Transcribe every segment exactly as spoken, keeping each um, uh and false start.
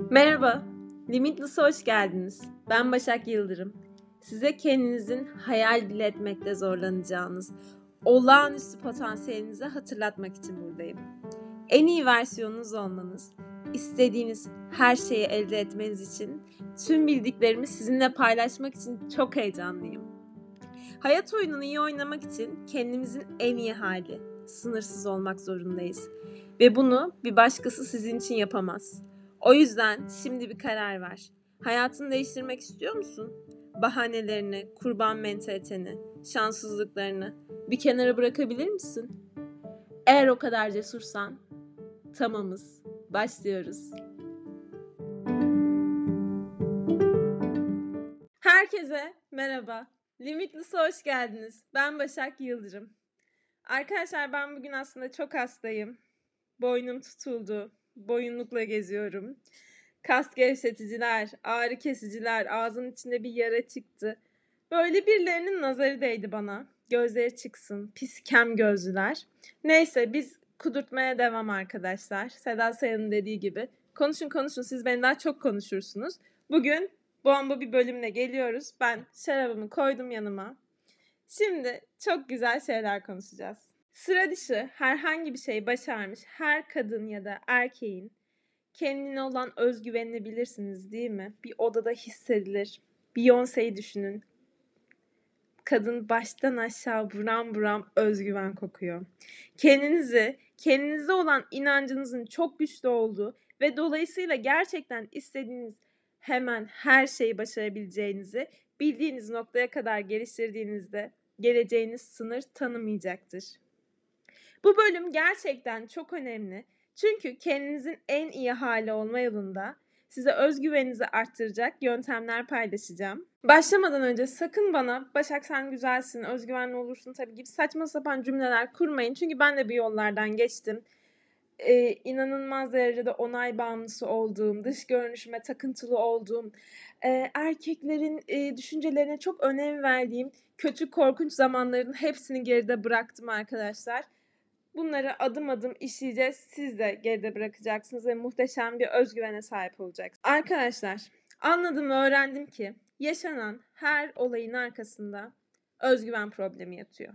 Merhaba, Limitless'a hoş geldiniz. Ben Başak Yıldırım. Size kendinizin hayal bile etmekte zorlanacağınız, olağanüstü potansiyelinizi hatırlatmak için buradayım. En iyi versiyonunuz olmanız, istediğiniz her şeyi elde etmeniz için tüm bildiklerimi sizinle paylaşmak için çok heyecanlıyım. Hayat oyununu iyi oynamak için kendimizin en iyi hali, sınırsız olmak zorundayız. Ve bunu bir başkası sizin için yapamaz. O yüzden şimdi bir karar ver. Hayatını değiştirmek istiyor musun? Bahanelerini, kurban mentaliteni, şanssızlıklarını bir kenara bırakabilir misin? Eğer o kadar cesursan, tamamız. Başlıyoruz. Herkese merhaba. Limitless'a hoş geldiniz. Ben Başak Yıldırım. Arkadaşlar ben bugün aslında çok hastayım. Boynum tutuldu. Boyunlukla geziyorum. Kas gevşeticiler, ağrı kesiciler, ağzımın içinde bir yara çıktı. Böyle birilerinin nazarı değdi bana. Gözleri çıksın, pis kem gözlüler. Neyse biz kudurtmaya devam arkadaşlar. Seda Sayan'ın dediği gibi. Konuşun konuşun, siz beni daha çok konuşursunuz. Bugün bomba bir bölümle geliyoruz. Ben şarabımı koydum yanıma. Şimdi çok güzel şeyler konuşacağız. Sıra dışı herhangi bir şey başarmış her kadın ya da erkeğin kendine olan özgüvenini bilirsiniz değil mi? Bir odada hissedilir. Beyoncé'yi düşünün. Kadın baştan aşağı buram buram özgüven kokuyor. Kendinizi, kendinize olan inancınızın çok güçlü olduğu ve dolayısıyla gerçekten istediğiniz hemen her şeyi başarabileceğinizi bildiğiniz noktaya kadar geliştirdiğinizde geleceğiniz sınır tanımayacaktır. Bu bölüm gerçekten çok önemli. Çünkü kendinizin en iyi hali olma yolunda size özgüveninizi arttıracak yöntemler paylaşacağım. Başlamadan önce sakın bana Başak sen güzelsin, özgüvenli olursun tabii gibi saçma sapan cümleler kurmayın. Çünkü ben de bu yollardan geçtim. Ee, inanılmaz derecede onay bağımlısı olduğum, dış görünüşüme takıntılı olduğum, e, erkeklerin e, düşüncelerine çok önem verdiğim kötü korkunç zamanların hepsini geride bıraktım arkadaşlar. Bunları adım adım işleyeceğiz. Siz de geride bırakacaksınız ve muhteşem bir özgüvene sahip olacaksınız. Arkadaşlar, anladım ve öğrendim ki yaşanan her olayın arkasında özgüven problemi yatıyor.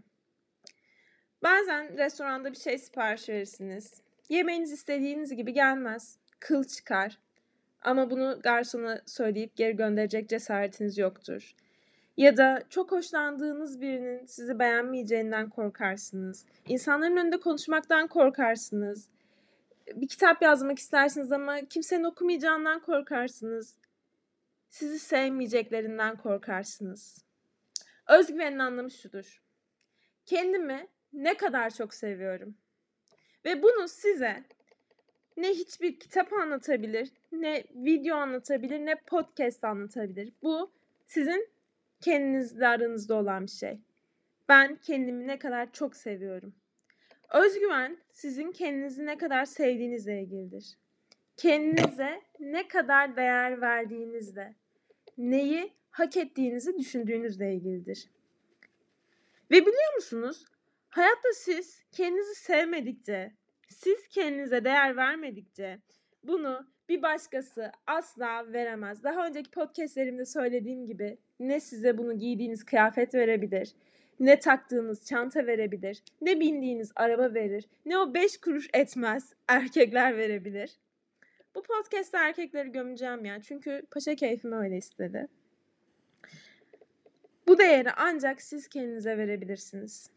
Bazen restoranda bir şey sipariş verirsiniz. Yemeğiniz istediğiniz gibi gelmez. Kıl çıkar. Ama bunu garsona söyleyip geri gönderecek cesaretiniz yoktur. Ya da çok hoşlandığınız birinin sizi beğenmeyeceğinden korkarsınız. İnsanların önünde konuşmaktan korkarsınız. Bir kitap yazmak istersiniz ama kimsenin okumayacağından korkarsınız. Sizi sevmeyeceklerinden korkarsınız. Özgüvenin anlamı şudur. Kendimi ne kadar çok seviyorum. Ve bunu size ne hiçbir kitap anlatabilir, ne video anlatabilir, ne podcast anlatabilir. Bu sizin kendinizle aranızda olan bir şey. Ben kendimi ne kadar çok seviyorum. Özgüven sizin kendinizi ne kadar sevdiğinizle ilgilidir. Kendinize ne kadar değer verdiğinizle, neyi hak ettiğinizi düşündüğünüzle ilgilidir. Ve biliyor musunuz? Hayatta siz kendinizi sevmedikçe, siz kendinize değer vermedikçe bunu bir başkası asla veremez. Daha önceki podcastlerimde söylediğim gibi ne size bunu giydiğiniz kıyafet verebilir, ne taktığınız çanta verebilir, ne bindiğiniz araba verir, ne o beş kuruş etmez erkekler verebilir. Bu podcast'te erkekleri gömeceğim ya çünkü paşa keyfim öyle istedi. Bu değeri ancak siz kendinize verebilirsiniz.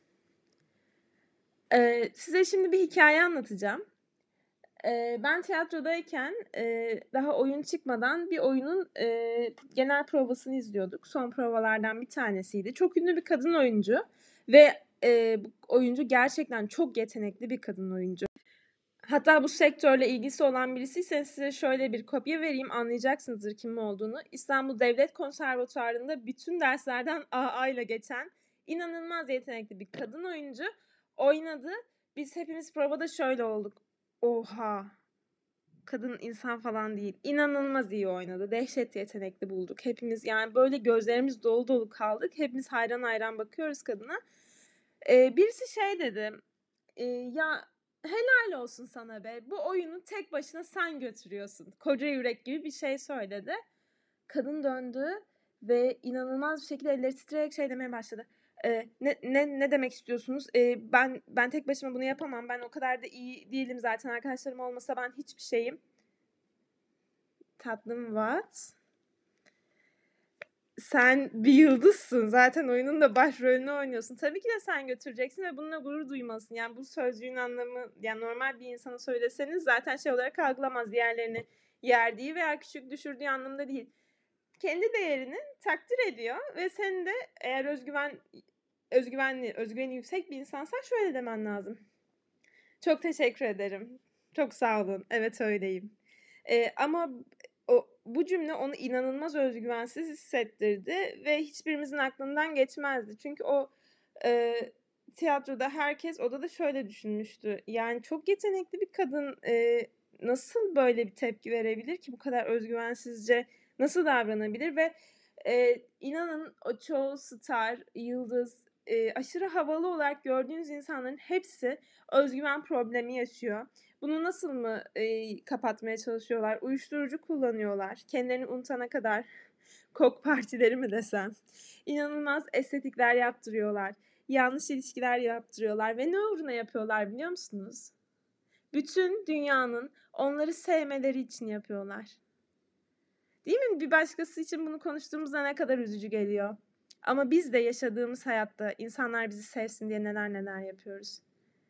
Ee, size şimdi bir hikaye anlatacağım. Ee, ben tiyatrodayken e, daha oyun çıkmadan bir oyunun e, genel provasını izliyorduk. Son provalardan bir tanesiydi. Çok ünlü bir kadın oyuncu ve e, bu oyuncu gerçekten çok yetenekli bir kadın oyuncu. Hatta bu sektörle ilgisi olan birisiyseniz size şöyle bir kopya vereyim, anlayacaksınızdır kim olduğunu. İstanbul Devlet Konservatuvarı'nda bütün derslerden A A ile geçen inanılmaz yetenekli bir kadın oyuncu oynadı. Biz hepimiz provada şöyle olduk. Oha! Kadın insan falan değil. İnanılmaz iyi oynadı. Dehşet yetenekli bulduk. Hepimiz yani böyle gözlerimiz dolu dolu kaldık. Hepimiz hayran hayran bakıyoruz kadına. Ee, birisi şey dedi. E, ya Helal olsun sana be. Bu oyunu tek başına sen götürüyorsun. Koca yürek gibi bir şey söyledi. Kadın döndü ve inanılmaz bir şekilde elleri titreyerek şey demeye başladı. Ee, ne, ne, ne demek istiyorsunuz? Ee, ben ben tek başıma bunu yapamam. Ben o kadar da iyi değilim zaten. Arkadaşlarım olmasa ben hiçbir şeyim. Tatlım what? Sen bir yıldızsın. Zaten oyunun da başrolünü oynuyorsun. Tabii ki de sen götüreceksin ve bununla gurur duymalısın. Yani bu sözcüğün anlamı, yani normal bir insana söyleseniz zaten şey olarak algılamaz. Diğerlerini yerdiği veya küçük düşürdüğü anlamda değil. Kendi değerini takdir ediyor ve senin de eğer özgüven özgüvenli, özgüveni yüksek bir insansan şöyle demen lazım. Çok teşekkür ederim. Çok sağ olun. Evet öyleyim. Ee, ama o, bu cümle onu inanılmaz özgüvensiz hissettirdi ve hiçbirimizin aklından geçmezdi. Çünkü o e, tiyatroda herkes odada şöyle düşünmüştü. Yani çok yetenekli bir kadın e, nasıl böyle bir tepki verebilir ki, bu kadar özgüvensizce nasıl davranabilir ve e, inanın o çoğu star, yıldız, e, aşırı havalı olarak gördüğünüz insanların hepsi özgüven problemi yaşıyor. Bunu nasıl mı e, kapatmaya çalışıyorlar? Uyuşturucu kullanıyorlar. Kendilerini unutana kadar kok partileri mi desem. İnanılmaz estetikler yaptırıyorlar. Yanlış ilişkiler yaptırıyorlar ve ne uğruna yapıyorlar biliyor musunuz? Bütün dünyanın onları sevmeleri için yapıyorlar. Değil mi? Bir başkası için bunu konuştuğumuzda ne kadar üzücü geliyor. Ama biz de yaşadığımız hayatta insanlar bizi sevsin diye neler neler yapıyoruz.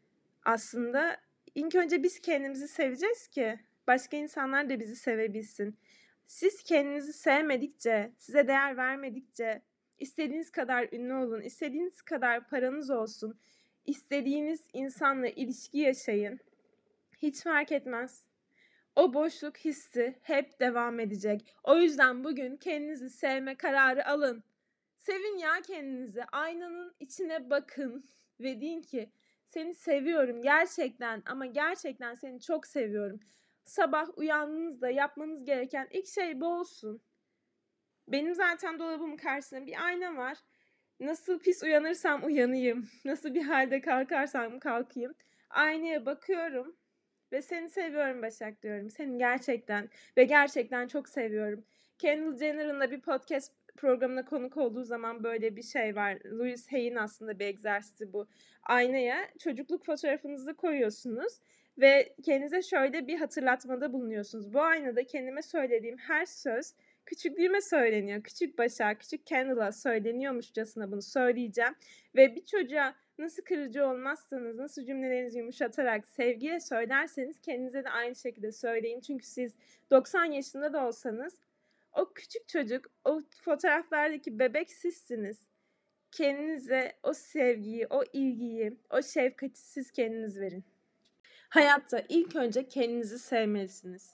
Aslında ilk önce biz kendimizi seveceğiz ki başka insanlar da bizi sevebilsin. Siz kendinizi sevmedikçe, size değer vermedikçe, istediğiniz kadar ünlü olun, istediğiniz kadar paranız olsun, istediğiniz insanla ilişki yaşayın. Hiç fark etmez. O boşluk hissi hep devam edecek. O yüzden bugün kendinizi sevme kararı alın. Sevin ya kendinizi. Aynanın içine bakın ve deyin ki seni seviyorum gerçekten, ama gerçekten seni çok seviyorum. Sabah uyandığınızda yapmanız gereken ilk şey bu olsun. Benim zaten dolabımın karşısında bir ayna var. Nasıl pis uyanırsam uyanayım, nasıl bir halde kalkarsam kalkayım, aynaya bakıyorum ve seni seviyorum Başak diyorum. Seni gerçekten ve gerçekten çok seviyorum. Kendall Jenner'ın da bir podcast programına konuk olduğu zaman böyle bir şey var. Louis Hay'in aslında bir egzersizi bu. Aynaya çocukluk fotoğrafınızı koyuyorsunuz ve kendinize şöyle bir hatırlatmada bulunuyorsunuz. Bu aynada kendime söylediğim her söz küçüklüğüme söyleniyor. Küçük Başak, küçük Kendall'a söyleniyormuşçasına bunu söyleyeceğim. Ve bir çocuğa nasıl kırıcı olmazsanız, nasıl cümlelerinizi yumuşatarak, sevgiyle söylerseniz kendinize de aynı şekilde söyleyin. Çünkü siz doksan yaşında da olsanız o küçük çocuk, o fotoğraflardaki bebek sizsiniz. Kendinize o sevgiyi, o ilgiyi, o şefkati siz kendiniz verin. Hayatta ilk önce kendinizi sevmelisiniz.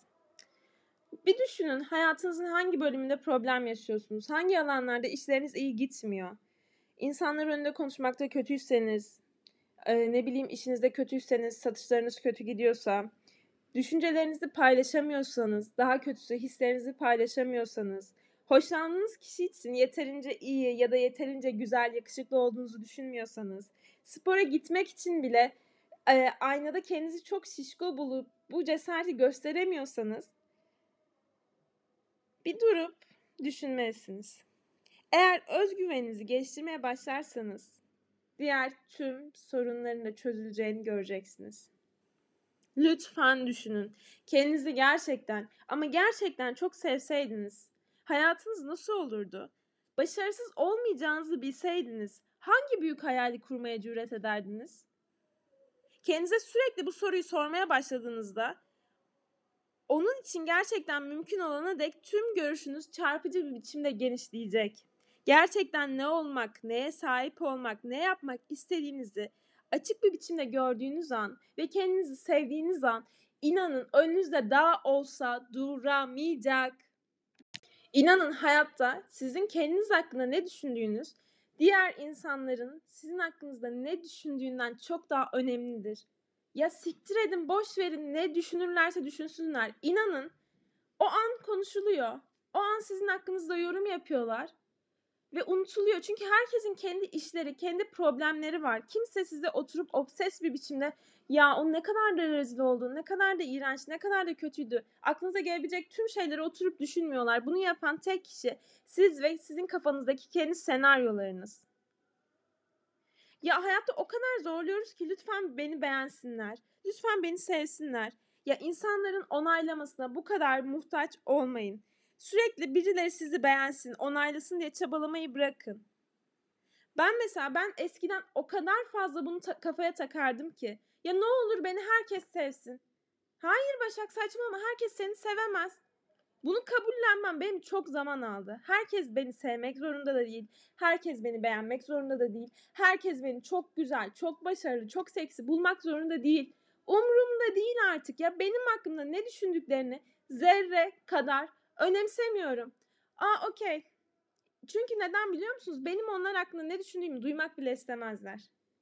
Bir düşünün, hayatınızın hangi bölümünde problem yaşıyorsunuz? Hangi alanlarda işleriniz iyi gitmiyor? İnsanlar önünde konuşmakta kötüyseniz, e, ne bileyim işinizde kötüyseniz, satışlarınız kötü gidiyorsa, düşüncelerinizi paylaşamıyorsanız, daha kötüsü hislerinizi paylaşamıyorsanız, hoşlandığınız kişi için yeterince iyi ya da yeterince güzel, yakışıklı olduğunuzu düşünmüyorsanız, spora gitmek için bile e, aynada kendinizi çok şişko bulup bu cesareti gösteremiyorsanız, bir durup düşünmelisiniz. Eğer özgüveninizi geliştirmeye başlarsanız diğer tüm sorunların da çözüleceğini göreceksiniz. Lütfen düşünün. Kendinizi gerçekten ama gerçekten çok sevseydiniz hayatınız nasıl olurdu? Başarısız olmayacağınızı bilseydiniz hangi büyük hayali kurmaya cüret ederdiniz? Kendinize sürekli bu soruyu sormaya başladığınızda onun için gerçekten mümkün olana dek tüm görüşünüz çarpıcı bir biçimde genişleyecek. Gerçekten ne olmak, neye sahip olmak, ne yapmak istediğinizi açık bir biçimde gördüğünüz an ve kendinizi sevdiğiniz an, inanın önünüzde dağ olsa duramayacak. İnanın hayatta sizin kendiniz hakkında ne düşündüğünüz, diğer insanların sizin hakkınızda ne düşündüğünden çok daha önemlidir. Ya siktir edin, boş verin, ne düşünürlerse düşünsünler. İnanın o an konuşuluyor. O an sizin hakkınızda yorum yapıyorlar. ve unutuluyor. Çünkü herkesin kendi işleri, kendi problemleri var. Kimse size oturup obses bir biçimde ya o ne kadar da rezil oldu, ne kadar da iğrenç, ne kadar da kötüydü. Aklınıza gelebilecek tüm şeyleri oturup düşünmüyorlar. Bunu yapan tek kişi siz ve sizin kafanızdaki kendi senaryolarınız. Ya hayatta o kadar zorluyoruz ki lütfen beni beğensinler. Lütfen beni sevsinler. Ya insanların onaylamasına bu kadar muhtaç olmayın. Sürekli birileri sizi beğensin, onaylasın diye çabalamayı bırakın. Ben mesela ben eskiden o kadar fazla bunu ta- kafaya takardım ki. Ya ne olur beni herkes sevsin. Hayır Başak saçmalama, herkes seni sevemez. Bunu kabullenmem benim çok zaman aldı. Herkes beni sevmek zorunda da değil. Herkes beni beğenmek zorunda da değil. Herkes beni çok güzel, çok başarılı, çok seksi bulmak zorunda değil. Umurumda değil artık ya. Benim hakkımda ne düşündüklerini zerre kadar önemsemiyorum. Aa okey. Çünkü neden biliyor musunuz? Benim onlar hakkında ne düşündüğümü duymak bile istemezler.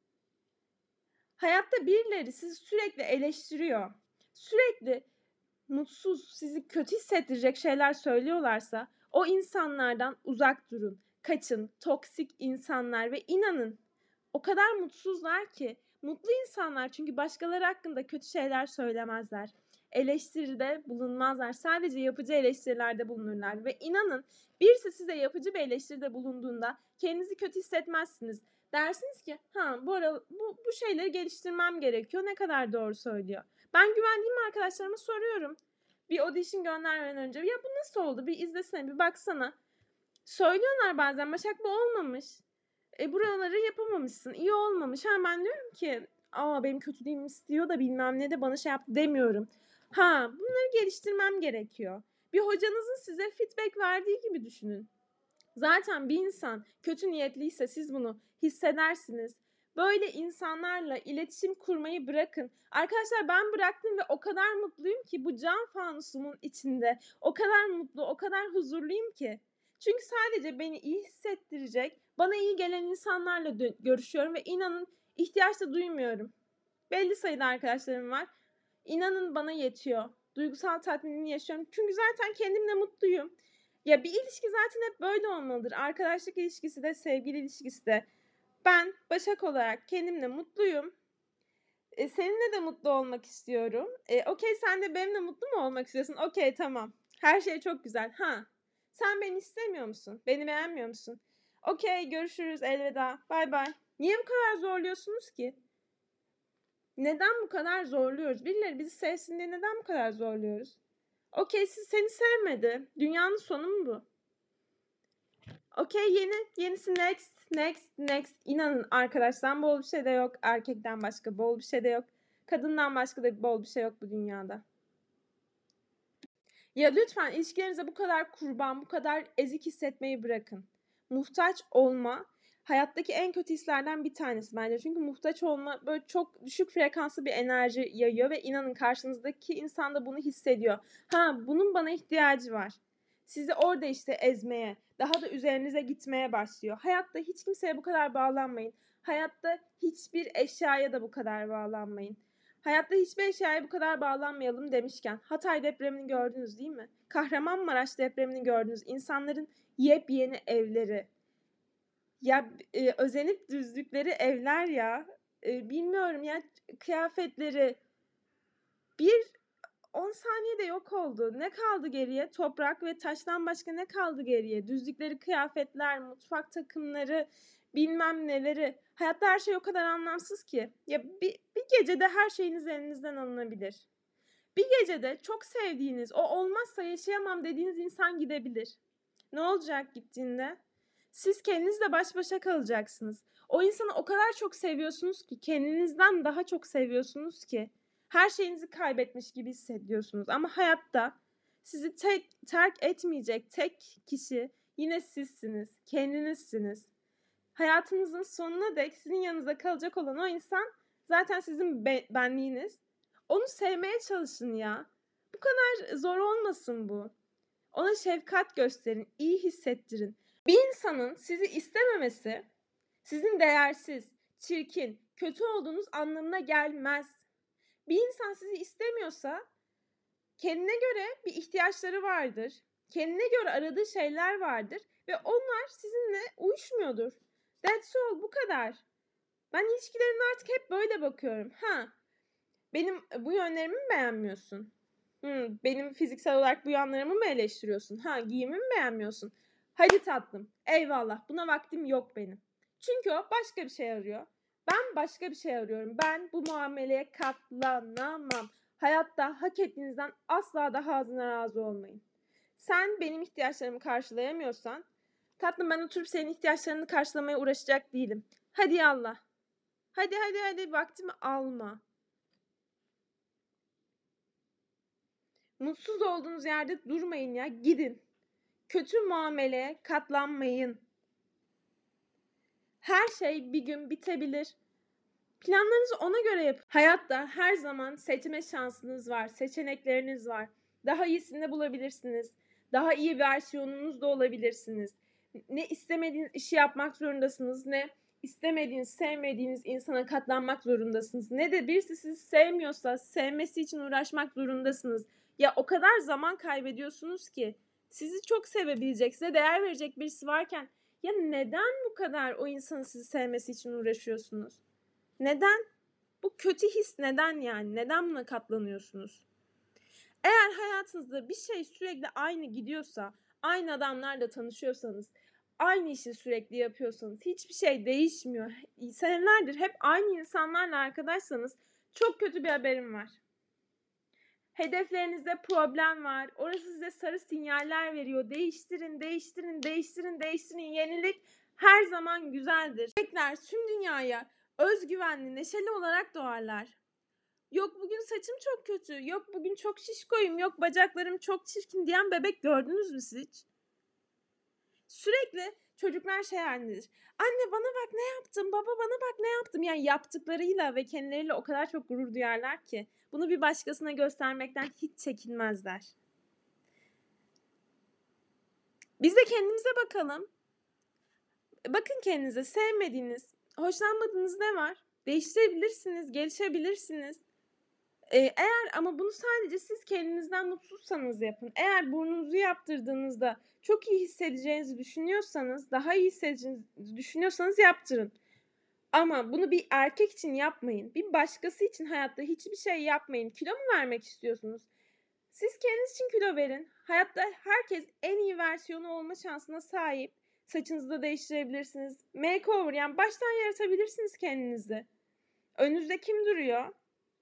Hayatta birileri sizi sürekli eleştiriyor. Sürekli mutsuz, sizi kötü hissettirecek şeyler söylüyorlarsa o insanlardan uzak durun. Kaçın. Toksik insanlar ve inanın o kadar mutsuzlar ki mutlu insanlar çünkü başkaları hakkında kötü şeyler söylemezler. Eleştiride bulunmazlar. Sadece yapıcı eleştirilerde bulunurlar ve inanın birisi size yapıcı bir eleştiride bulunduğunda kendinizi kötü hissetmezsiniz. Dersiniz ki ha bu, ara, bu, bu şeyleri geliştirmem gerekiyor. Ne kadar doğru söylüyor. Ben güvendiğim arkadaşlarıma soruyorum. Bir audition göndermeden önce ya bu nasıl oldu bir izlesene bir baksana. Söylüyorlar bazen Başak bu olmamış. E buraları yapamamışsın. İyi olmamış. Ha ben diyorum ki aa benim kötülüğümü istiyor da bilmem ne de bana şey yaptı demiyorum. Ha bunları geliştirmem gerekiyor. Bir hocanızın size feedback verdiği gibi düşünün. Zaten bir insan kötü niyetliyse siz bunu hissedersiniz. Böyle insanlarla iletişim kurmayı bırakın. Arkadaşlar ben bıraktım ve o kadar mutluyum ki bu cam fanusumun içinde. O kadar mutlu, o kadar huzurluyum ki. Çünkü sadece beni iyi hissettirecek, bana iyi gelen insanlarla dö- görüşüyorum ve inanın ihtiyaç da duymuyorum. Belli sayıda arkadaşlarım var. İnanın bana yetiyor. Duygusal tatminini yaşıyorum. Çünkü zaten kendimle mutluyum. Ya bir ilişki zaten hep böyle olmalıdır. Arkadaşlık ilişkisi de, sevgili ilişkisi de. Ben Başak olarak kendimle mutluyum. E, seninle de mutlu olmak istiyorum. E, Okey sen de benimle mutlu mu olmak istiyorsun? Okey tamam. Her şey çok güzel. Ha. Sen beni istemiyor musun? Beni beğenmiyor musun? Okey görüşürüz elveda. Bay bay. Niye bu kadar zorluyorsunuz ki? Neden bu kadar zorluyoruz? Birileri bizi sevsin diye neden bu kadar zorluyoruz? Okey siz seni sevmedi. Dünyanın sonu mu bu? Okey yeni, yenisi next, next, next. İnanın arkadaşlar bol bir şey de yok. Erkekten başka bol bir şey de yok. Kadından başka da bol bir şey yok bu dünyada. Ya lütfen ilişkilerinize bu kadar kurban, bu kadar ezik hissetmeyi bırakın. Muhtaç olma hayattaki en kötü hislerden bir tanesi bence. Çünkü muhtaç olma böyle çok düşük frekanslı bir enerji yayıyor ve inanın karşınızdaki insan da bunu hissediyor. Ha bunun bana ihtiyacı var. Sizi orada işte ezmeye, daha da üzerinize gitmeye başlıyor. Hayatta hiç kimseye bu kadar bağlanmayın. Hayatta hiçbir eşyaya da bu kadar bağlanmayın. Hayatta hiçbir eşyaya bu kadar bağlanmayalım demişken Hatay depremini gördünüz değil mi? Kahramanmaraş depremini gördünüz. İnsanların yepyeni evleri. Ya e, özenip düzdükleri evler ya. E, bilmiyorum ya kıyafetleri. Bir on saniyede yok oldu. Ne kaldı geriye? Toprak ve taştan başka ne kaldı geriye? Düzdükleri kıyafetler, mutfak takımları, bilmem neleri. Hayatta her şey o kadar anlamsız ki. Ya bir, bir gecede her şeyiniz elinizden alınabilir. Bir gecede çok sevdiğiniz, o olmazsa yaşayamam dediğiniz insan gidebilir. Ne olacak gittiğinde? Siz kendinizle baş başa kalacaksınız. O insanı o kadar çok seviyorsunuz ki, kendinizden daha çok seviyorsunuz ki her şeyinizi kaybetmiş gibi hissediyorsunuz. Ama hayatta sizi tek, terk etmeyecek tek kişi yine sizsiniz, kendinizsiniz. Hayatınızın sonuna dek sizin yanınızda kalacak olan o insan zaten sizin be- benliğiniz. Onu sevmeye çalışın ya. Bu kadar zor olmasın bu. Ona şefkat gösterin, iyi hissettirin. Bir insanın sizi istememesi sizin değersiz, çirkin, kötü olduğunuz anlamına gelmez. Bir insan sizi istemiyorsa kendine göre bir ihtiyaçları vardır. Kendine göre aradığı şeyler vardır ve onlar sizinle uyuşmuyordur. That's all, bu kadar. Ben ilişkilerime artık hep böyle bakıyorum. Ha, benim bu yönlerimi mi beğenmiyorsun? Hmm, benim fiziksel olarak bu yanlarımı mı eleştiriyorsun? Ha, giyimimi mi beğenmiyorsun? Hadi tatlım, eyvallah, buna vaktim yok benim. Çünkü o başka bir şey arıyor. Ben başka bir şey arıyorum. Ben bu muameleye katlanamam. Hayatta hak ettiğinizden asla daha azına razı olmayın. Sen benim ihtiyaçlarımı karşılayamıyorsan, tatlım, ben oturup senin ihtiyaçlarını karşılamaya uğraşacak değilim. Hadi yallah. Hadi hadi hadi, vaktimi alma. Mutsuz olduğunuz yerde durmayın ya, gidin. Kötü muameleye katlanmayın. Her şey bir gün bitebilir. Planlarınızı ona göre yapın. Hayatta her zaman seçme şansınız var, seçenekleriniz var. Daha iyisini de bulabilirsiniz. Daha iyi versiyonunuz da olabilirsiniz. Ne istemediğiniz işi yapmak zorundasınız, ne istemediğiniz, sevmediğiniz insana katlanmak zorundasınız. Ne de birisi sizi sevmiyorsa sevmesi için uğraşmak zorundasınız. Ya o kadar zaman kaybediyorsunuz ki. Sizi çok sevebilecek, size değer verecek birisi varken ya neden bu kadar o insanın sizi sevmesi için uğraşıyorsunuz? Neden? Bu kötü his neden yani? Neden buna katlanıyorsunuz? Eğer hayatınızda bir şey sürekli aynı gidiyorsa, aynı adamlarla tanışıyorsanız, aynı işi sürekli yapıyorsanız, hiçbir şey değişmiyor, senelerdir hep aynı insanlarla arkadaşsanız çok kötü bir haberim var. Hedeflerinizde problem var. Orası size sarı sinyaller veriyor. Değiştirin, değiştirin, değiştirin, değiştirin. Yenilik her zaman güzeldir. Tekrar tüm dünyaya özgüvenli, neşeli olarak doğarlar. Yok bugün saçım çok kötü, yok bugün çok şişkoyum, yok bacaklarım çok çirkin diyen bebek gördünüz mü siz hiç? Sürekli çocuklar şey halindedir. Anne bana bak ne yaptım, baba bana bak ne yaptım. Yani yaptıklarıyla ve kendileriyle o kadar çok gurur duyarlar ki bunu bir başkasına göstermekten hiç çekinmezler. Biz de kendimize bakalım. Bakın kendinize, sevmediğiniz, hoşlanmadığınız ne var? Değiştirebilirsiniz, gelişebilirsiniz. Ee, eğer ama bunu sadece siz kendinizden mutsuzsanız yapın. Eğer burnunuzu yaptırdığınızda çok iyi hissedeceğinizi düşünüyorsanız, daha iyi hissedeceğinizi düşünüyorsanız yaptırın. Ama bunu bir erkek için yapmayın. Bir başkası için hayatta hiçbir şey yapmayın. Kilo mu vermek istiyorsunuz? Siz kendiniz için kilo verin. Hayatta herkes en iyi versiyonu olma şansına sahip. Saçınızı da değiştirebilirsiniz. Makeover, yani baştan yaratabilirsiniz kendinizi. Önünüzde kim duruyor?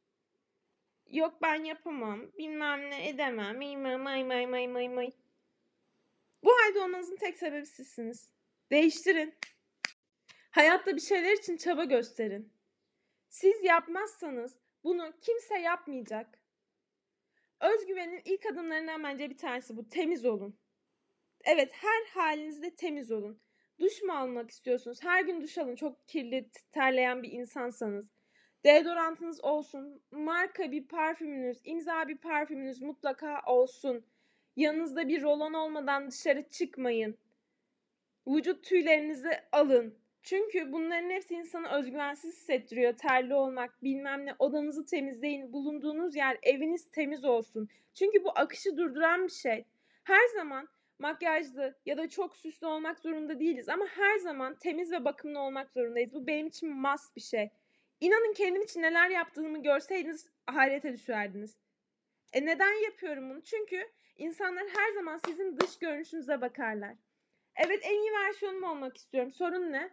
Yok ben yapamam, bilmem ne edemem, may may may may may may. Bu halde olmanızın tek sebebi sizsiniz. Değiştirin. Hayatta bir şeyler için çaba gösterin. Siz yapmazsanız bunu kimse yapmayacak. Özgüvenin ilk adımlarından bence bir tanesi bu. Temiz olun. Evet, her halinizde temiz olun. Duş mu almak istiyorsunuz? Her gün duş alın. Çok kirli, terleyen bir insansanız. Deodorantınız olsun. Marka bir parfümünüz, imza bir parfümünüz mutlaka olsun. Yanınızda bir rolon olmadan dışarı çıkmayın. Vücut tüylerinizi alın. Çünkü bunların hepsi insanı özgüvensiz hissettiriyor. Terli olmak, bilmem ne, odanızı temizleyin. Bulunduğunuz yer, eviniz temiz olsun. Çünkü bu akışı durduran bir şey. Her zaman makyajlı ya da çok süslü olmak zorunda değiliz. Ama her zaman temiz ve bakımlı olmak zorundayız. Bu benim için must bir şey. İnanın kendim için neler yaptığımı görseydiniz hayrete düşerdiniz. E neden yapıyorum bunu? Çünkü insanlar her zaman sizin dış görünüşünüze bakarlar. Evet, en iyi versiyonum olmak istiyorum. Sorun ne?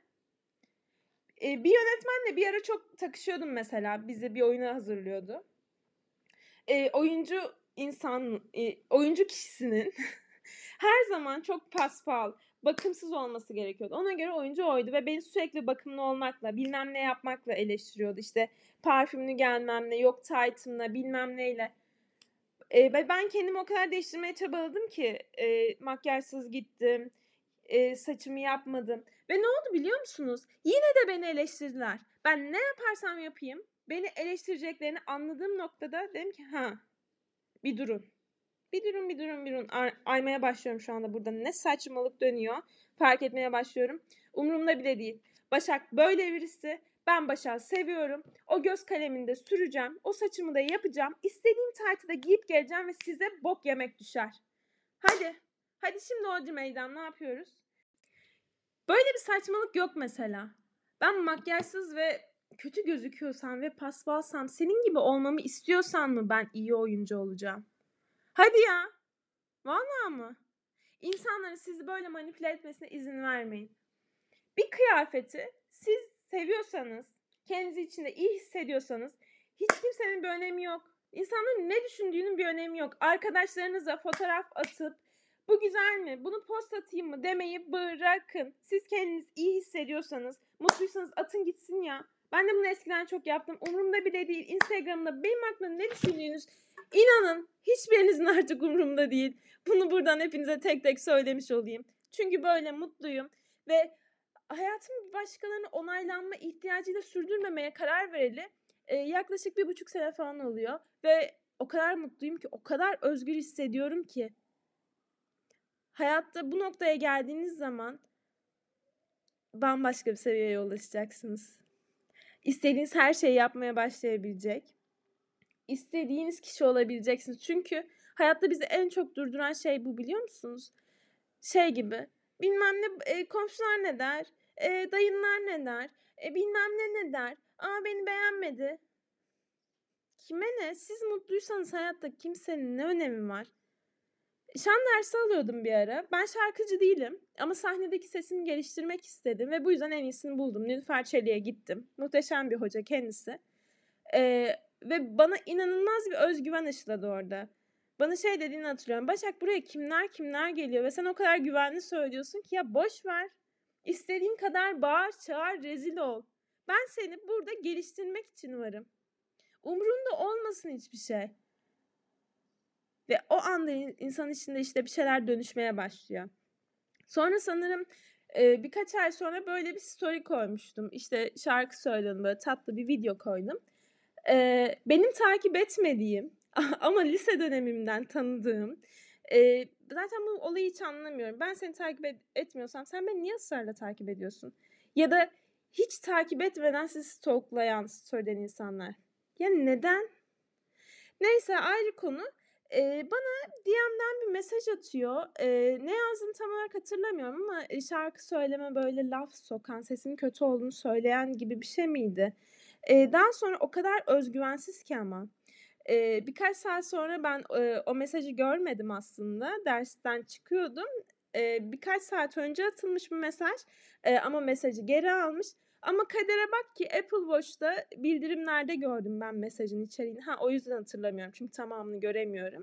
Ee, bir yönetmenle bir ara çok takışıyordum mesela. Bizi bir oyuna hazırlıyordu. Ee, oyuncu insan, e, oyuncu kişisinin her zaman çok paspal, bakımsız olması gerekiyordu. Ona göre oyuncu oydu ve beni sürekli bakımlı olmakla, bilmem ne yapmakla eleştiriyordu. İşte parfümlü gelmemle, yok tight'ımla, bilmem neyle. Ee, ve ben kendimi o kadar değiştirmeye çabaladım ki e, makyajsız gittim. E, saçımı yapmadım. Ve ne oldu biliyor musunuz? Yine de beni eleştirdiler. Ben ne yaparsam yapayım beni eleştireceklerini anladığım noktada dedim ki ha bir durun. Bir durun bir durun bir durun. Ay- aymaya başlıyorum şu anda burada. Ne saçmalık dönüyor. Fark etmeye başlıyorum. Umurumda bile değil. Başak böyle birisi. Ben Başak'ı seviyorum. O göz kalemini de süreceğim. O saçımı da yapacağım. İstediğim taytı da giyip geleceğim ve size bok yemek düşer. Hadi. Hadi şimdi Hodri Meydan ne yapıyoruz? Böyle bir saçmalık yok mesela. Ben makyajsız ve kötü gözüküyorsam ve paspalsam senin gibi olmamı istiyorsan mı ben iyi oyuncu olacağım? Hadi ya. Vallahi mı? İnsanların sizi böyle manipüle etmesine izin vermeyin. Bir kıyafeti siz seviyorsanız, kendinizi içinde iyi hissediyorsanız hiç kimsenin bir önemi yok. İnsanların ne düşündüğünün bir önemi yok. Arkadaşlarınıza fotoğraf atıp bu güzel mi, bunu post atayım mı demeyi bırakın. Siz kendiniz iyi hissediyorsanız, mutluysanız atın gitsin ya. Ben de bunu eskiden çok yaptım. Umurumda bile değil. Instagram'da benim hakkında ne düşündüğünüz inanın hiçbirinizin artık umurumda değil. Bunu buradan hepinize tek tek söylemiş olayım. Çünkü böyle mutluyum ve hayatımı başkalarının onaylanma ihtiyacıyla sürdürmemeye karar vereli e, yaklaşık bir buçuk sene falan oluyor. Ve o kadar mutluyum ki, o kadar özgür hissediyorum ki. Hayatta bu noktaya geldiğiniz zaman bambaşka bir seviyeye ulaşacaksınız. İstediğiniz her şeyi yapmaya başlayabilecek, istediğiniz kişi olabileceksiniz. Çünkü hayatta bizi en çok durduran şey bu, biliyor musunuz? Şey gibi, bilmem ne e, komşular ne der, e, dayınlar ne der, e, bilmem ne ne der, aa beni beğenmedi. Kime ne? Siz mutluysanız hayatta kimsenin ne önemi var? Şan dersi alıyordum bir ara. Ben şarkıcı değilim ama sahnedeki sesimi geliştirmek istedim ve bu yüzden en iyisini buldum. Nilüfer Çelik'e gittim. Muhteşem bir hoca kendisi. Ee, ve bana inanılmaz bir özgüven aşıladı orada. Bana şey dediğini hatırlıyorum. Başak, buraya kimler kimler geliyor ve sen o kadar güvenli söylüyorsun ki ya boş ver. İstediğin kadar bağır, çağır, rezil ol. Ben seni burada geliştirmek için varım. Umrunda olmasın hiçbir şey. Ve o anda insan içinde işte bir şeyler dönüşmeye başlıyor. Sonra sanırım e, birkaç ay sonra böyle bir story koymuştum. İşte şarkı söyledim, böyle tatlı bir video koydum. E, benim takip etmediğim ama lise dönemimden tanıdığım, e, zaten bu olayı hiç anlamıyorum. Ben seni takip et- etmiyorsam sen beni niye ısrarla takip ediyorsun? Ya da hiç takip etmeden sizi stalklayan, story'den insanlar. Ya neden? Neyse, ayrı konu. Eee, bana D M'den bir mesaj atıyor. Eee, ne yazdığını tam olarak hatırlamıyorum ama e, şarkı söyleme, böyle laf sokan, sesinin kötü olduğunu söyleyen gibi bir şey miydi? Eee, daha sonra o kadar özgüvensiz ki ama. Eee, birkaç saat sonra ben, eee, o mesajı görmedim aslında. Dersten çıkıyordum. Eee, birkaç saat önce atılmış bir mesaj, eee, ama mesajı geri almış. Ama kadere bak ki Apple Watch'ta bildirimlerde gördüm ben mesajın içeriğini. Ha, o yüzden hatırlamıyorum çünkü tamamını göremiyorum.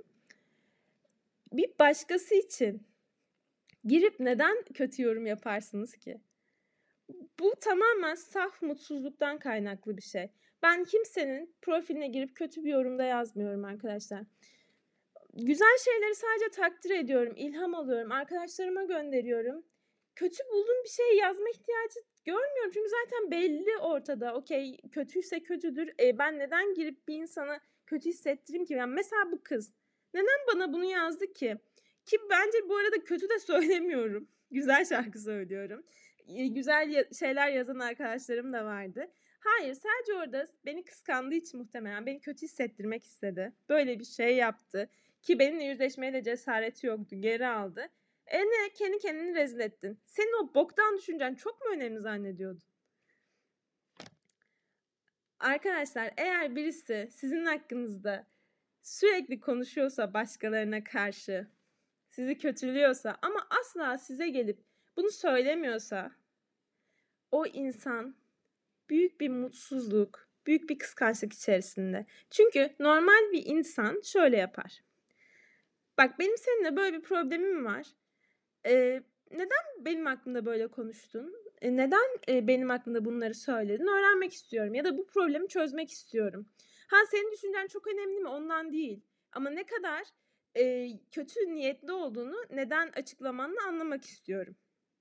Bir başkası için girip neden kötü yorum yaparsınız ki? Bu tamamen saf mutsuzluktan kaynaklı bir şey. Ben kimsenin profiline girip kötü bir yorumda yazmıyorum arkadaşlar. Güzel şeyleri sadece takdir ediyorum, ilham alıyorum, arkadaşlarıma gönderiyorum. Kötü bulduğum bir şey yazma ihtiyacı görmüyorum. Çünkü zaten belli ortada. Okey, kötüyse kötüdür. E, ben neden girip bir insana kötü hissettireyim ki? Yani mesela bu kız. Neden bana bunu yazdı ki? Ki bence bu arada kötü de söylemiyorum. Güzel şarkı söylüyorum. E, güzel ya- şeyler yazan arkadaşlarım da vardı. Hayır, sadece orada beni kıskandığı için muhtemelen beni kötü hissettirmek istedi. Böyle bir şey yaptı. Ki benimle yüzleşmeye de cesareti yoktu. Geri aldı. E ne? Kendi kendini rezil ettin. Senin o boktan düşüncen çok mu önemli zannediyordun? Arkadaşlar, eğer birisi sizin hakkınızda sürekli konuşuyorsa başkalarına karşı, sizi kötülüyorsa ama asla size gelip bunu söylemiyorsa, o insan büyük bir mutsuzluk, büyük bir kıskançlık içerisinde. Çünkü normal bir insan şöyle yapar. Bak, benim seninle böyle bir problemim var. Eee, neden benim hakkımda böyle konuştun? E, neden e, benim hakkımda bunları söyledin? Öğrenmek istiyorum ya da bu problemi çözmek istiyorum. Ha, senin düşüncen çok önemli mi? Ondan değil. Ama ne kadar e, kötü niyetli olduğunu neden açıklamanı anlamak istiyorum.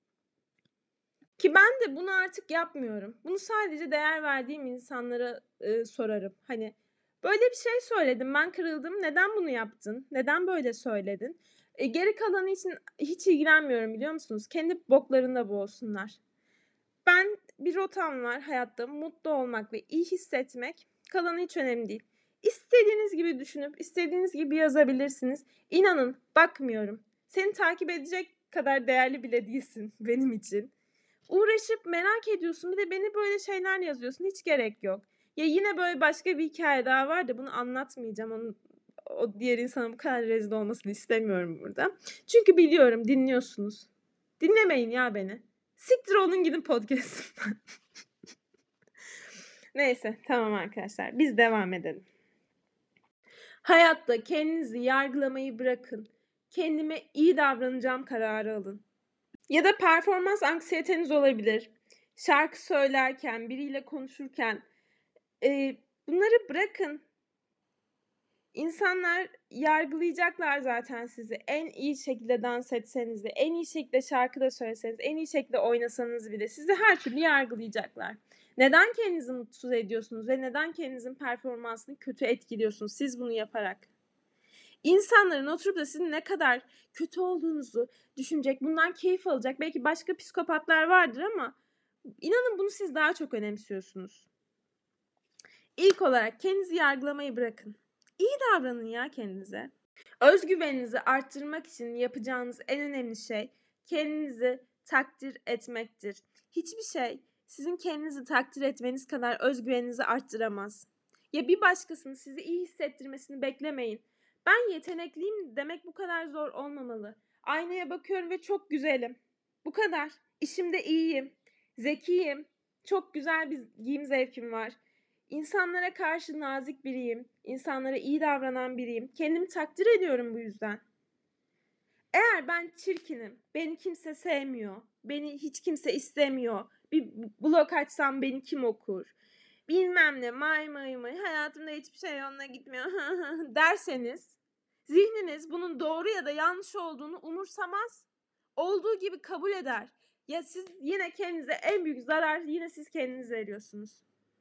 Ki ben de bunu artık yapmıyorum. Bunu sadece değer verdiğim insanlara e, sorarım. Hani böyle bir şey söyledim, ben kırıldım. Neden bunu yaptın? Neden böyle söyledin? E, geri kalanı için hiç ilgilenmiyorum, biliyor musunuz? Kendi boklarında boğulsunlar. Ben bir rotam var hayatta, mutlu olmak ve iyi hissetmek. Kalanı hiç önemli değil. İstediğiniz gibi düşünüp istediğiniz gibi yazabilirsiniz. İnanın, bakmıyorum. Seni takip edecek kadar değerli bile değilsin benim için. Uğraşıp merak ediyorsun. Bir de beni böyle şeyler yazıyorsun. Hiç gerek yok. Ya yine böyle başka bir hikaye daha var da bunu anlatmayacağım. Onun, o diğer insanın bu kadar rezil olmasını istemiyorum burada. Çünkü biliyorum dinliyorsunuz. Dinlemeyin ya beni. Siktir olun gidin podcast'ımdan. Neyse tamam arkadaşlar biz devam edelim. Hayatta kendinizi yargılamayı bırakın. Kendime iyi davranacağım kararı alın. Ya da performans anksiyeteniz olabilir. Şarkı söylerken, biriyle konuşurken e, bunları bırakın. İnsanlar yargılayacaklar zaten sizi. En iyi şekilde dans etseniz de, en iyi şekilde şarkı da söyleseniz, en iyi şekilde oynasanız bile sizi her türlü yargılayacaklar. Neden kendinizi mutsuz ediyorsunuz ve neden kendinizin performansını kötü etkiliyorsunuz siz bunu yaparak? İnsanların oturup da sizin ne kadar kötü olduğunuzu düşünecek, bundan keyif alacak. Belki başka psikopatlar vardır ama inanın bunu siz daha çok önemsiyorsunuz. İlk olarak kendinizi yargılamayı bırakın. İyi davranın ya kendinize. Özgüveninizi arttırmak için yapacağınız en önemli şey kendinizi takdir etmektir. Hiçbir şey sizin kendinizi takdir etmeniz kadar özgüveninizi arttıramaz. Ya bir başkasının sizi iyi hissettirmesini beklemeyin. Ben yetenekliyim demek bu kadar zor olmamalı. Aynaya bakıyorum ve çok güzelim. Bu kadar. İşimde iyiyim. Zekiyim. Çok güzel bir giyim zevkim var. İnsanlara karşı nazik biriyim. İnsanlara iyi davranan biriyim. Kendimi takdir ediyorum bu yüzden. Eğer ben çirkinim, beni kimse sevmiyor, beni hiç kimse istemiyor, bir blog açsam beni kim okur, bilmem ne, may may may, hayatımda hiçbir şey yoluna gitmiyor derseniz, zihniniz bunun doğru ya da yanlış olduğunu umursamaz, olduğu gibi kabul eder. Ya siz yine kendinize en büyük zarar yine siz kendiniz veriyorsunuz.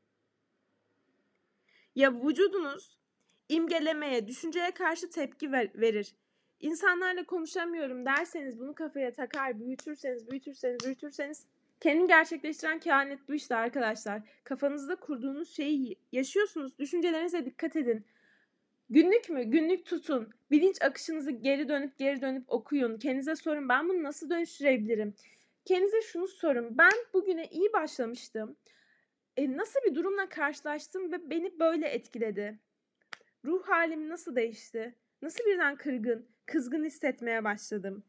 Ya vücudunuz imgelemeye, düşünceye karşı tepki ver- verir. İnsanlarla konuşamıyorum derseniz, bunu kafaya takar, büyütürseniz, büyütürseniz, büyütürseniz kendini gerçekleştiren kehanet bu işte arkadaşlar. Kafanızda kurduğunuz şeyi yaşıyorsunuz. Düşüncelerinize dikkat edin. Günlük mü? Günlük tutun. Bilinç akışınızı geri dönüp geri dönüp okuyun. Kendinize sorun, ben bunu nasıl dönüştürebilirim? Kendinize şunu sorun, ben bugüne iyi başlamıştım. E, nasıl bir durumla karşılaştım ve beni böyle etkiledi? Ruh halim nasıl değişti? Nasıl birden kırgın, kızgın hissetmeye başladım?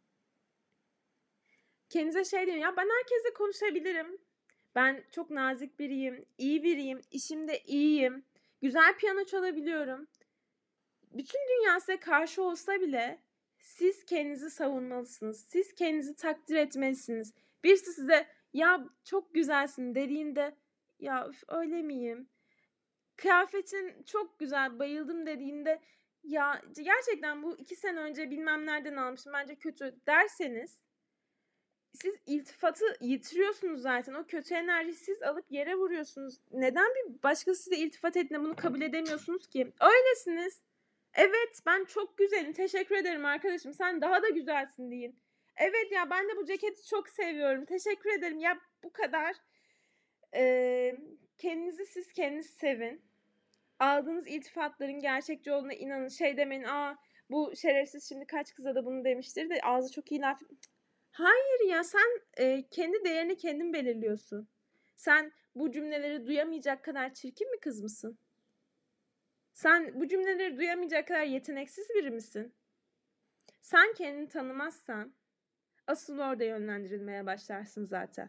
Kendinize şey deyin, ya ben herkesle konuşabilirim. Ben çok nazik biriyim, iyi biriyim, işimde iyiyim, güzel piyano çalabiliyorum. Bütün dünya size karşı olsa bile siz kendinizi savunmalısınız. Siz kendinizi takdir etmelisiniz. Birisi size ya çok güzelsin dediğinde ya üf, öyle miyim? Kıyafetin çok güzel, bayıldım dediğinde ya gerçekten bu iki sene önce bilmem nereden almışım bence kötü derseniz siz iltifatı yitiriyorsunuz zaten. O kötü enerjiyi siz alıp yere vuruyorsunuz. Neden bir başkası size iltifat ettiğinde bunu kabul edemiyorsunuz ki? Öylesiniz. Evet ben çok güzelim. Teşekkür ederim arkadaşım. Sen daha da güzelsin deyin. Evet ya ben de bu ceketi çok seviyorum. Teşekkür ederim. Ya bu kadar. Ee, kendinizi siz kendiniz sevin. Aldığınız iltifatların gerçekçi olduğuna inanın. Şey demeyin, aa bu şerefsiz şimdi kaç kıza da bunu demiştir de ağzı çok iyi laf. Hayır ya sen e, kendi değerini kendin belirliyorsun. Sen bu cümleleri duyamayacak kadar çirkin bir kız mısın? Sen bu cümleleri duyamayacak kadar yeteneksiz biri misin? Sen kendini tanımazsan asıl orada yönlendirilmeye başlarsın zaten.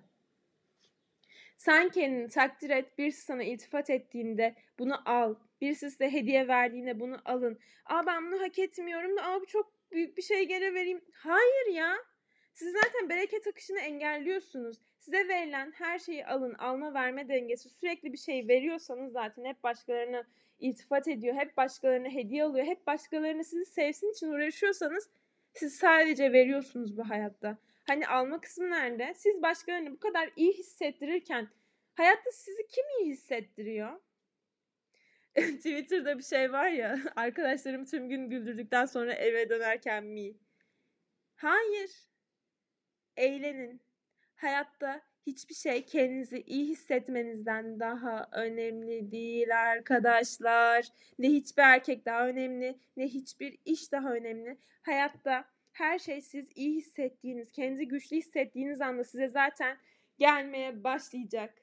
Sen kendini takdir et, birisi sana iltifat ettiğinde bunu al. Birisi size hediye verdiğinde bunu alın. Aa ben bunu hak etmiyorum da aa bu çok büyük bir şey geri vereyim. Hayır ya. Siz zaten bereket akışını engelliyorsunuz. Size verilen her şeyi alın. Alma verme dengesi. Sürekli bir şey veriyorsanız zaten hep başkalarına iltifat ediyor. Hep başkalarına hediye alıyor. Hep başkalarına sizi sevsin için uğraşıyorsanız siz sadece veriyorsunuz bu hayatta. Hani alma kısmı nerede? Siz başkalarını bu kadar iyi hissettirirken hayatta sizi kim iyi hissettiriyor? Twitter'da bir şey var ya, arkadaşlarım tüm gün güldürdükten sonra eve dönerken mi? Hayır. Eğlenin. Hayatta hiçbir şey kendinizi iyi hissetmenizden daha önemli değil arkadaşlar. Ne hiçbir erkek daha önemli, ne hiçbir iş daha önemli. Hayatta Her şey siz iyi hissettiğiniz, kendinizi güçlü hissettiğiniz anda size zaten gelmeye başlayacak.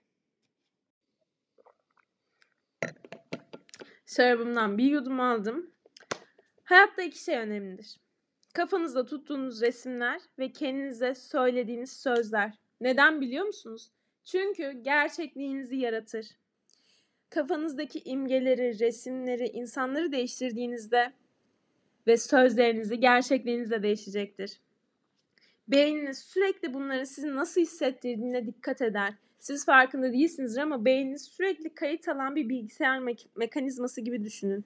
Şarabımdan bir yudum aldım. Hayatta iki şey önemlidir. Kafanızda tuttuğunuz resimler ve kendinize söylediğiniz sözler. Neden biliyor musunuz? Çünkü gerçekliğinizi yaratır. Kafanızdaki imgeleri, resimleri, insanları değiştirdiğinizde ve sözlerinizi, gerçekliğiniz de değişecektir. Beyniniz sürekli bunları sizin nasıl hissettirdiğine dikkat eder. Siz farkında değilsinizdir ama beyniniz sürekli kayıt alan bir bilgisayar me- mekanizması gibi düşünün.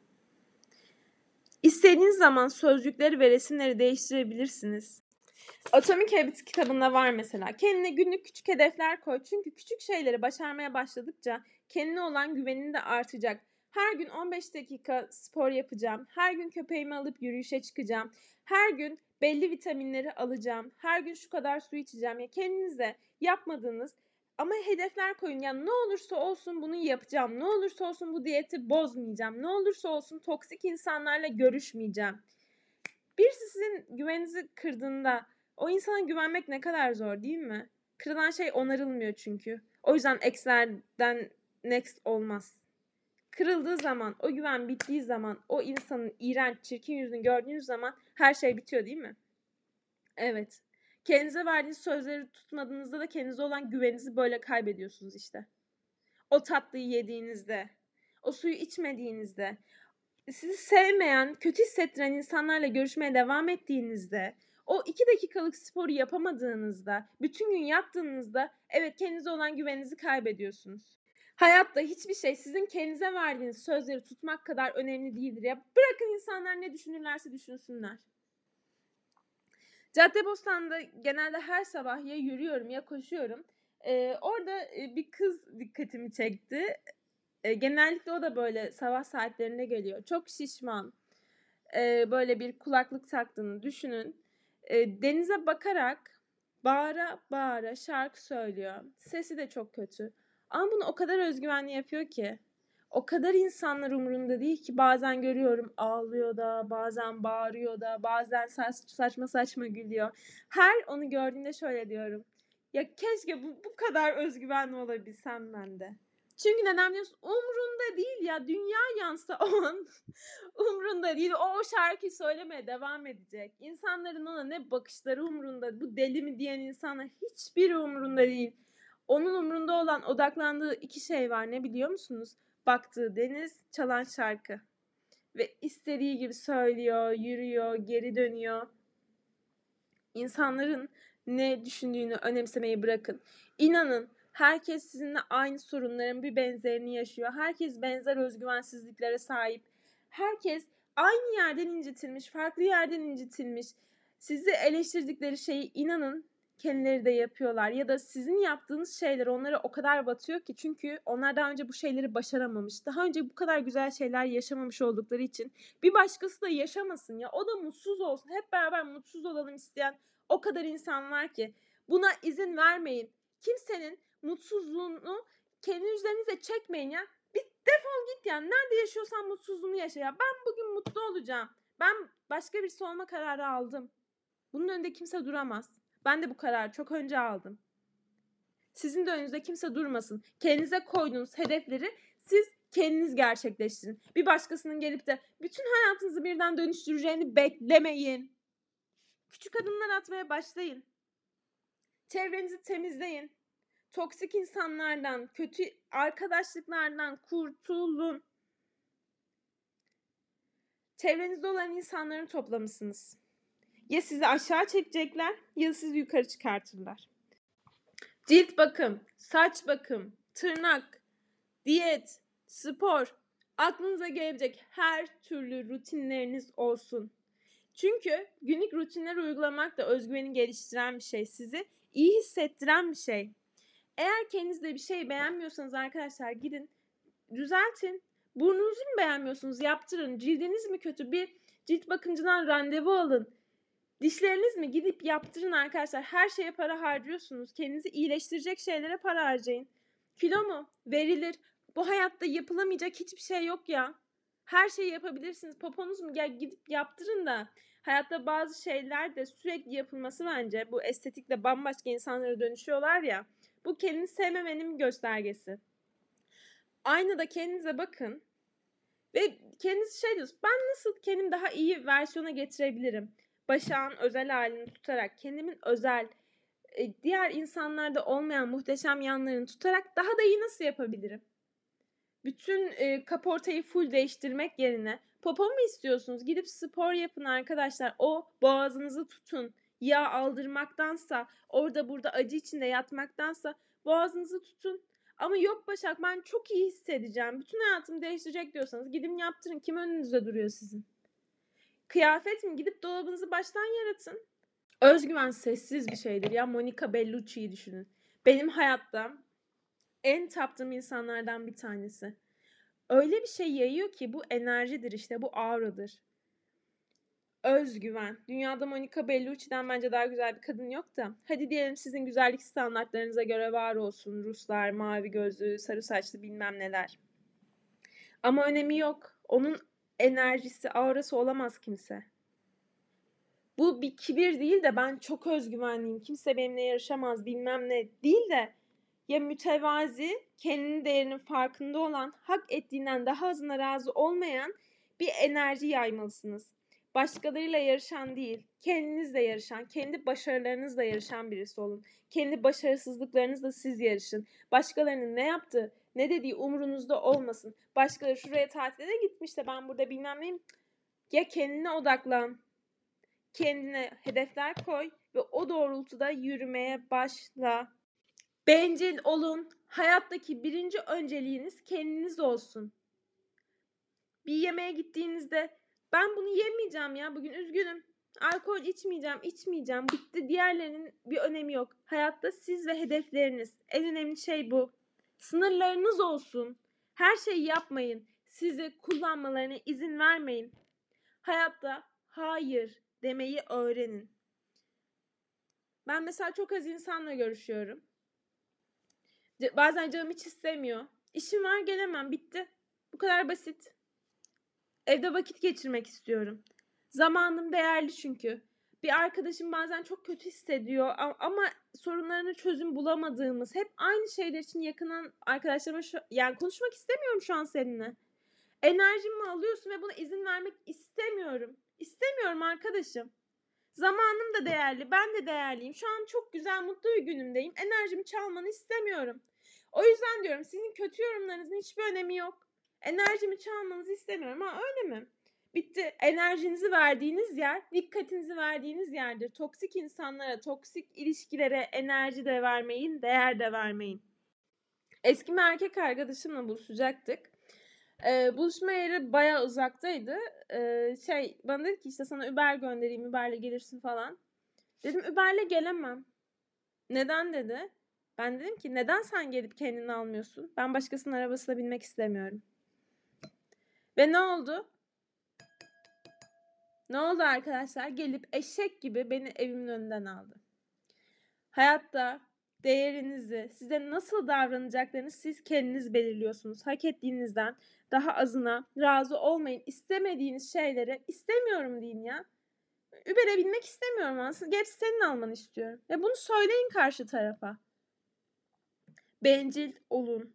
İstediğiniz zaman sözcükleri ve resimleri değiştirebilirsiniz. Atomic Habits kitabında var mesela. Kendine günlük küçük hedefler koy. Çünkü küçük şeyleri başarmaya başladıkça kendine olan güvenin de artacak. Her gün on beş dakika spor yapacağım. Her gün köpeğimi alıp yürüyüşe çıkacağım. Her gün belli vitaminleri alacağım. Her gün şu kadar su içeceğim. Ya kendinize yapmadığınız ama hedefler koyun. Ya ne olursa olsun bunu yapacağım. Ne olursa olsun bu diyeti bozmayacağım. Ne olursa olsun toksik insanlarla görüşmeyeceğim. Birisi sizin güveninizi kırdığında o insana güvenmek ne kadar zor değil mi? Kırılan şey onarılmıyor çünkü. O yüzden ex'lerden next olmaz. Kırıldığı zaman, o güven bittiği zaman, o insanın iğrenç, çirkin yüzünü gördüğünüz zaman her şey bitiyor değil mi? Evet. Kendinize verdiğiniz sözleri tutmadığınızda da kendinize olan güveninizi böyle kaybediyorsunuz işte. O tatlıyı yediğinizde, o suyu içmediğinizde, sizi sevmeyen, kötü hissettiren insanlarla görüşmeye devam ettiğinizde, o iki dakikalık sporu yapamadığınızda, bütün gün yattığınızda evet kendinize olan güveninizi kaybediyorsunuz. Hayatta hiçbir şey sizin kendinize verdiğiniz sözleri tutmak kadar önemli değildir ya. Bırakın insanlar ne düşünürlerse düşünsünler. Caddebostan'da genelde her sabah ya yürüyorum ya koşuyorum. Ee, orada bir kız dikkatimi çekti. Ee, genellikle o da böyle sabah saatlerinde geliyor. Çok şişman. Ee, böyle bir kulaklık taktığını düşünün. Ee, denize bakarak bağıra bağıra şarkı söylüyor. Sesi de çok kötü. Ama bunu o kadar özgüvenli yapıyor ki. O kadar insanlar umurunda değil ki, bazen görüyorum ağlıyor da, bazen bağırıyor da, bazen saç, saçma saçma gülüyor. Her onu gördüğümde şöyle diyorum. Ya keşke bu, bu kadar özgüvenli olabilsem ben de. Çünkü neden biliyorsun? Umrunda değil ya. Dünya yansa o an umrunda değil. O, o şarkıyı söylemeye devam edecek. İnsanların ona ne bakışları umrunda. Bu deli mi diyen insanlar hiçbiri umrunda değil. Onun umrunda olan, odaklandığı iki şey var. Ne biliyor musunuz? Baktığı deniz, çalan şarkı. Ve istediği gibi söylüyor, yürüyor, geri dönüyor. İnsanların ne düşündüğünü önemsemeyi bırakın. İnanın herkes sizinle aynı sorunların bir benzerini yaşıyor. Herkes benzer özgüvensizliklere sahip. Herkes aynı yerden incitilmiş, farklı yerden incitilmiş. Sizi eleştirdikleri şeyi inanın kendileri de yapıyorlar. Ya da sizin yaptığınız şeyler onlara o kadar batıyor ki, çünkü onlar daha önce bu şeyleri başaramamış. Daha önce bu kadar güzel şeyler yaşamamış oldukları için bir başkası da yaşamasın ya. O da mutsuz olsun. Hep beraber mutsuz olalım isteyen o kadar insan var ki. Buna izin vermeyin. Kimsenin mutsuzluğunu kendi üzerinize çekmeyin ya. Bir defol git ya. Nerede yaşıyorsan mutsuzluğunu yaşa ya. Ben bugün mutlu olacağım. Ben başka birisi olma kararı aldım. Bunun önünde kimse duramaz. Ben de bu kararı çok önce aldım. Sizin de önünüzde kimse durmasın. Kendinize koyduğunuz hedefleri siz kendiniz gerçekleştirin. Bir başkasının gelip de bütün hayatınızı birden dönüştüreceğini beklemeyin. Küçük adımlar atmaya başlayın. Çevrenizi temizleyin. Toksik insanlardan, kötü arkadaşlıklardan kurtulun. Çevrenizde olan insanları toplamışsınız. Ya sizi aşağı çekecekler ya sizi yukarı çıkartırlar. Cilt bakım, saç bakım, tırnak, diyet, spor, aklınıza gelebilecek her türlü rutinleriniz olsun. Çünkü günlük rutinler uygulamak da özgüveni geliştiren bir şey. Sizi iyi hissettiren bir şey. Eğer kendinizde bir şey beğenmiyorsanız arkadaşlar gidin düzeltin. Burnunuzu mu beğenmiyorsunuz? Yaptırın. Cildiniz mi kötü? Bir cilt bakımcıdan randevu alın. Dişleriniz mi? Gidip yaptırın arkadaşlar. Her şeye para harcıyorsunuz. Kendinizi iyileştirecek şeylere para harcayın. Kilo mu? Verilir. Bu hayatta yapılamayacak hiçbir şey yok ya. Her şeyi yapabilirsiniz. Poponuz mu? Gel gidip yaptırın da. Hayatta bazı şeyler de sürekli yapılması bence. Bu estetikle bambaşka insanlara dönüşüyorlar ya. Bu kendini sevmemenin göstergesi. Aynada kendinize bakın. Ve kendiniz şey diyorsunuz. Ben nasıl kendimi daha iyi versiyona getirebilirim? Başak'ın özel halini tutarak, kendimin özel, diğer insanlarda olmayan muhteşem yanlarını tutarak daha da iyi nasıl yapabilirim? Bütün e, kaportayı full değiştirmek yerine popo mu istiyorsunuz? Gidip spor yapın arkadaşlar. O boğazınızı tutun. Yağ aldırmaktansa, orada burada acı içinde yatmaktansa boğazınızı tutun. Ama yok Başak ben çok iyi hissedeceğim. Bütün hayatımı değiştirecek diyorsanız gidin yaptırın. Kim önünüzde duruyor sizin? Kıyafet mi? Gidip dolabınızı baştan yaratın. Özgüven sessiz bir şeydir ya. Monica Bellucci'yi düşünün. Benim hayatta en taptığım insanlardan bir tanesi. Öyle bir şey yayıyor ki bu enerjidir işte, bu auradır. Özgüven. Dünyada Monica Bellucci'den bence daha güzel bir kadın yok da. Hadi diyelim sizin güzellik standartlarınıza göre var olsun. Ruslar, mavi gözlü, sarı saçlı bilmem neler. Ama önemi yok. Onun enerjisi, aurası olamaz kimse. Bu bir kibir değil de ben çok özgüvenliyim, kimse benimle yarışamaz bilmem ne değil de ya mütevazi, kendinin değerinin farkında olan, hak ettiğinden daha azına razı olmayan bir enerji yaymalısınız. Başkalarıyla yarışan değil, kendinizle yarışan, kendi başarılarınızla yarışan birisi olun. Kendi başarısızlıklarınızla siz yarışın. Başkalarının ne yaptığı, ne dediği umurunuzda olmasın. Başkaları şuraya tatile de gitmiş de ben burada bilmem neyim. Ya kendine odaklan. Kendine hedefler koy ve o doğrultuda yürümeye başla. Bencil olun. Hayattaki birinci önceliğiniz kendiniz olsun. Bir yemeğe gittiğinizde ben bunu yemeyeceğim ya bugün üzgünüm. Alkol içmeyeceğim, içmeyeceğim. Bitti. Diğerlerinin bir önemi yok. Hayatta siz ve hedefleriniz. En önemli şey bu. Sınırlarınız olsun. Her şeyi yapmayın. Sizi kullanmalarına izin vermeyin. Hayatta hayır demeyi öğrenin. Ben mesela çok az insanla görüşüyorum. Bazen canım hiç istemiyor. İşim var gelemem bitti. Bu kadar basit. Evde vakit geçirmek istiyorum. Zamanım değerli çünkü. Bir arkadaşım bazen çok kötü hissediyor ama sorunlarına çözüm bulamadığımız hep aynı şeyler için yakınan arkadaşlarıma şu, yani konuşmak istemiyorum şu an seninle. Enerjimi alıyorsun ve buna izin vermek istemiyorum. İstemiyorum arkadaşım. Zamanım da değerli, ben de değerliyim. Şu an çok güzel, mutlu bir günümdeyim. Enerjimi çalmanı istemiyorum. O yüzden diyorum sizin kötü yorumlarınızın hiçbir önemi yok. Enerjimi çalmanızı istemiyorum. Ha öyle mi? Bitti. Enerjinizi verdiğiniz yer, dikkatinizi verdiğiniz yerdir. Toksik insanlara, toksik ilişkilere enerji de vermeyin, değer de vermeyin. Eski bir erkek arkadaşımla buluşacaktık. Ee, buluşma yeri bayağı uzaktaydı. Ee, şey bana dedi ki işte sana Uber göndereyim, Uber'le gelirsin falan. Dedim Uber'le gelemem. Neden dedi. Ben dedim ki neden sen gelip kendini almıyorsun? Ben başkasının arabasına binmek istemiyorum. Ve ne oldu? Ne oldu arkadaşlar? Gelip eşek gibi beni evimin önünden aldı. Hayatta değerinizi, size nasıl davranacaklarını siz kendiniz belirliyorsunuz. Hak ettiğinizden daha azına razı olmayın. İstemediğiniz şeylere istemiyorum deyin ya. Uber'e binmek istemiyorum aslında. Hepsi senin almanı istiyorum. Ve bunu söyleyin karşı tarafa. Bencil olun.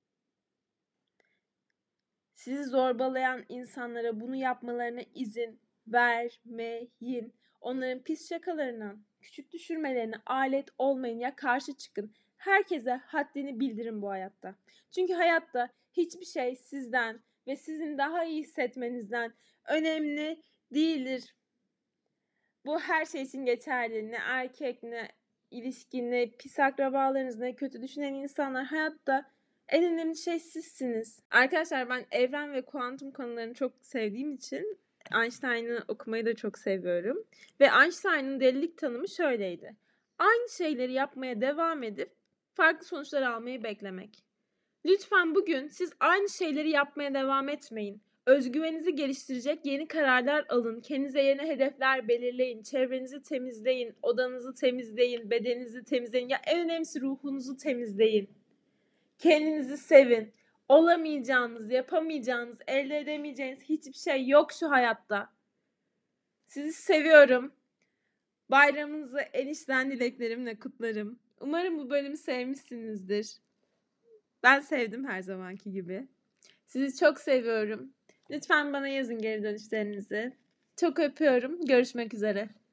Sizi zorbalayan insanlara bunu yapmalarına izin vermeyin. Onların pis şakalarına, küçük düşürmelerine alet olmayın ya karşı çıkın. Herkese haddini bildirin bu hayatta. Çünkü hayatta hiçbir şey sizden ve sizin daha iyi hissetmenizden önemli değildir. Bu her şey için geçerli. Ne erkek, ne ilişki, ne pis akrabalarınız, ne kötü düşünen insanlar hayatta en önemli şey sizsiniz. Arkadaşlar ben evren ve kuantum konularını çok sevdiğim için Einstein'ı okumayı da çok seviyorum. Ve Einstein'ın delilik tanımı şöyleydi. Aynı şeyleri yapmaya devam edip farklı sonuçlar almayı beklemek. Lütfen bugün siz aynı şeyleri yapmaya devam etmeyin. Özgüveninizi geliştirecek yeni kararlar alın. Kendinize yeni hedefler belirleyin. Çevrenizi temizleyin. Odanızı temizleyin. Bedeninizi temizleyin. Ya en önemlisi ruhunuzu temizleyin. Kendinizi sevin. Olamayacağınız, yapamayacağınız, elde edemeyeceğiniz hiçbir şey yok şu hayatta. Sizi seviyorum. Bayramınızı en içten dileklerimle kutlarım. Umarım bu bölümü sevmişsinizdir. Ben sevdim her zamanki gibi. Sizi çok seviyorum. Lütfen bana yazın geri dönüşlerinizi. Çok öpüyorum. Görüşmek üzere.